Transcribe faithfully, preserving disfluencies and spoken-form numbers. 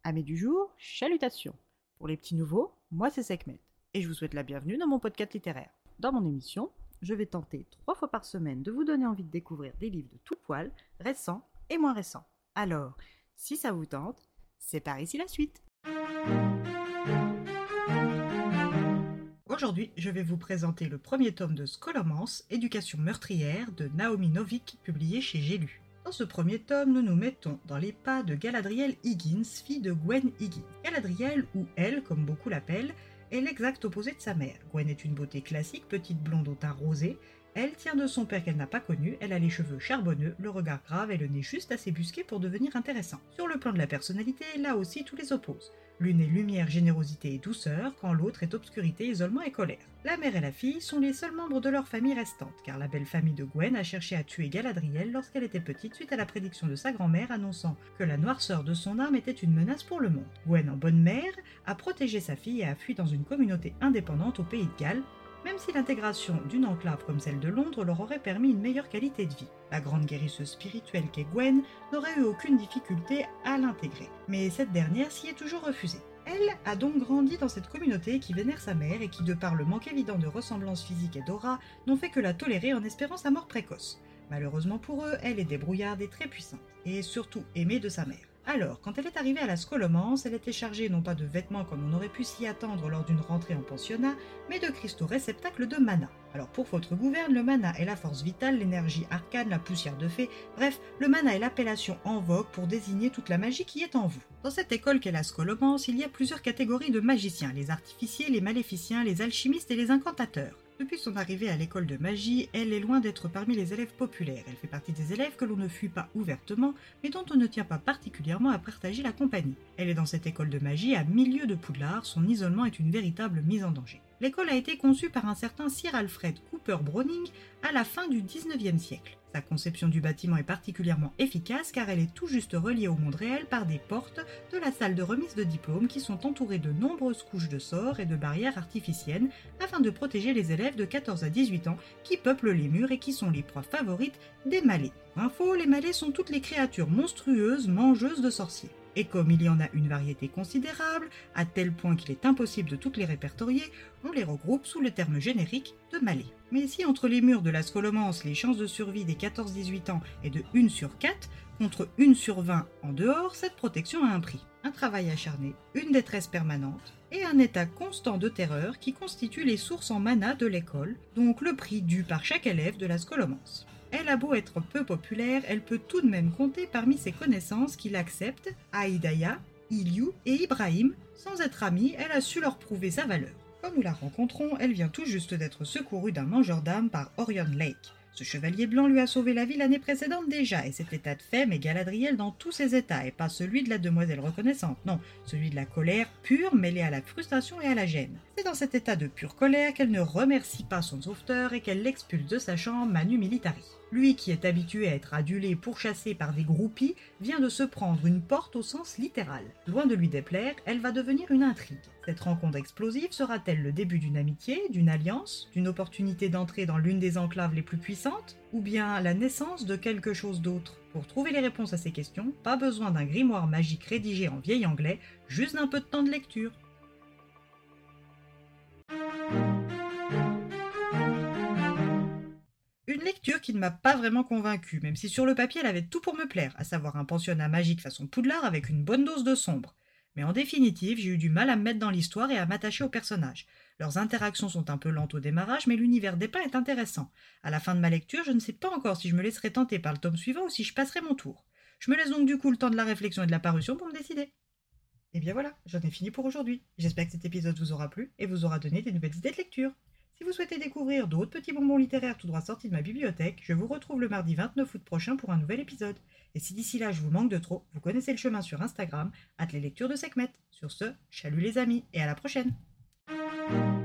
Amis du jour, chalutations. Pour les petits nouveaux, moi c'est Sekhmet et je vous souhaite la bienvenue dans mon podcast littéraire. Dans mon émission, je vais tenter trois fois par semaine de vous donner envie de découvrir des livres de tout poil, récents et moins récents. Alors, si ça vous tente, c'est par ici la suite. Aujourd'hui, je vais vous présenter le premier tome de Scholomance, Éducation meurtrière de Naomi Novik, publié chez J'ai lu. Dans ce premier tome, nous nous mettons dans les pas de Galadriel Higgins, fille de Gwen Higgins. Galadriel, ou elle, comme beaucoup l'appellent, est l'exact opposé de sa mère. Gwen est une beauté classique, petite blonde au teint rosé. Elle tient de son père qu'elle n'a pas connu, elle a les cheveux charbonneux, le regard grave et le nez juste assez busqué pour devenir intéressant. Sur le plan de la personnalité, là aussi tout les oppose. L'une est lumière, générosité et douceur, quand l'autre est obscurité, isolement et colère. La mère et la fille sont les seuls membres de leur famille restante, car la belle famille de Gwen a cherché à tuer Galadriel lorsqu'elle était petite suite à la prédiction de sa grand-mère annonçant que la noirceur de son âme était une menace pour le monde. Gwen, en bonne mère, a protégé sa fille et a fui dans une communauté indépendante au pays de Galles, même si l'intégration d'une enclave comme celle de Londres leur aurait permis une meilleure qualité de vie. La grande guérisseuse spirituelle qu'est Gwen n'aurait eu aucune difficulté à l'intégrer, mais cette dernière s'y est toujours refusée. Elle a donc grandi dans cette communauté qui vénère sa mère et qui, de par le manque évident de ressemblance physique et d'aura, n'ont fait que la tolérer en espérant sa mort précoce. Malheureusement pour eux, elle est débrouillarde et très puissante, et surtout aimée de sa mère. Alors, quand elle est arrivée à la Scholomance, elle était chargée non pas de vêtements comme on aurait pu s'y attendre lors d'une rentrée en pensionnat, mais de cristaux réceptacles de mana. Alors pour votre gouverne, le mana est la force vitale, l'énergie arcane, la poussière de fée, bref, le mana est l'appellation en vogue pour désigner toute la magie qui est en vous. Dans cette école qu'est la Scholomance, il y a plusieurs catégories de magiciens, les artificiers, les maléficiens, les alchimistes et les incantateurs. Depuis son arrivée à l'école de magie, elle est loin d'être parmi les élèves populaires. Elle fait partie des élèves que l'on ne fuit pas ouvertement, mais dont on ne tient pas particulièrement à partager la compagnie. Elle est dans cette école de magie à mille lieues de Poudlard, son isolement est une véritable mise en danger. L'école a été conçue par un certain Sir Alfred Cooper Browning à la fin du dix-neuvième siècle. Sa conception du bâtiment est particulièrement efficace car elle est tout juste reliée au monde réel par des portes de la salle de remise de diplômes qui sont entourées de nombreuses couches de sorts et de barrières artificielles afin de protéger les élèves de quatorze à dix-huit ans qui peuplent les murs et qui sont les proies favorites des malais. Info, les malais sont toutes les créatures monstrueuses mangeuses de sorciers. Et comme il y en a une variété considérable, à tel point qu'il est impossible de toutes les répertorier, on les regroupe sous le terme générique de malais. Mais si entre les murs de la Scholomance, les chances de survie des quatorze à dix-huit ans est de une sur quatre, contre une sur vingt en dehors, cette protection a un prix. Un travail acharné, une détresse permanente, et un état constant de terreur qui constituent les sources en mana de l'école, donc le prix dû par chaque élève de la Scholomance. Elle a beau être peu populaire, elle peut tout de même compter parmi ses connaissances qui l'acceptent, Aïdaya, Iliou et Ibrahim. Sans être amie, elle a su leur prouver sa valeur. Comme nous la rencontrons, elle vient tout juste d'être secourue d'un mangeur d'âmes par Orion Lake. Ce chevalier blanc lui a sauvé la vie l'année précédente déjà, et cet état de fait met Galadriel dans tous ses états, et pas celui de la demoiselle reconnaissante, non, celui de la colère pure mêlée à la frustration et à la gêne. C'est dans cet état de pure colère qu'elle ne remercie pas son sauveteur et qu'elle l'expulse de sa chambre manu militari. Lui, qui est habitué à être adulé, pourchassé par des groupies, vient de se prendre une porte au sens littéral. Loin de lui déplaire, elle va devenir une intrigue. Cette rencontre explosive sera-t-elle le début d'une amitié, d'une alliance, d'une opportunité d'entrer dans l'une des enclaves les plus puissantes, ou bien la naissance de quelque chose d'autre? Pour trouver les réponses à ces questions, pas besoin d'un grimoire magique rédigé en vieil anglais, juste d'un peu de temps de lecture. Une lecture qui ne m'a pas vraiment convaincue, même si sur le papier elle avait tout pour me plaire, à savoir un pensionnat magique façon Poudlard avec une bonne dose de sombre. Mais en définitive, j'ai eu du mal à me mettre dans l'histoire et à m'attacher aux personnages. Leurs interactions sont un peu lentes au démarrage, mais l'univers dépeint est intéressant. À la fin de ma lecture, je ne sais pas encore si je me laisserai tenter par le tome suivant ou si je passerai mon tour. Je me laisse donc du coup le temps de la réflexion et de la parution pour me décider. Et bien voilà, j'en ai fini pour aujourd'hui. J'espère que cet épisode vous aura plu et vous aura donné des nouvelles idées de lecture. Si vous souhaitez découvrir d'autres petits bonbons littéraires tout droit sortis de ma bibliothèque, je vous retrouve le mardi vingt-neuf août prochain pour un nouvel épisode. Et si d'ici là je vous manque de trop, vous connaissez le chemin sur Instagram, arobase les lectures de Sekhmet. Sur ce, chalut les amis et à la prochaine.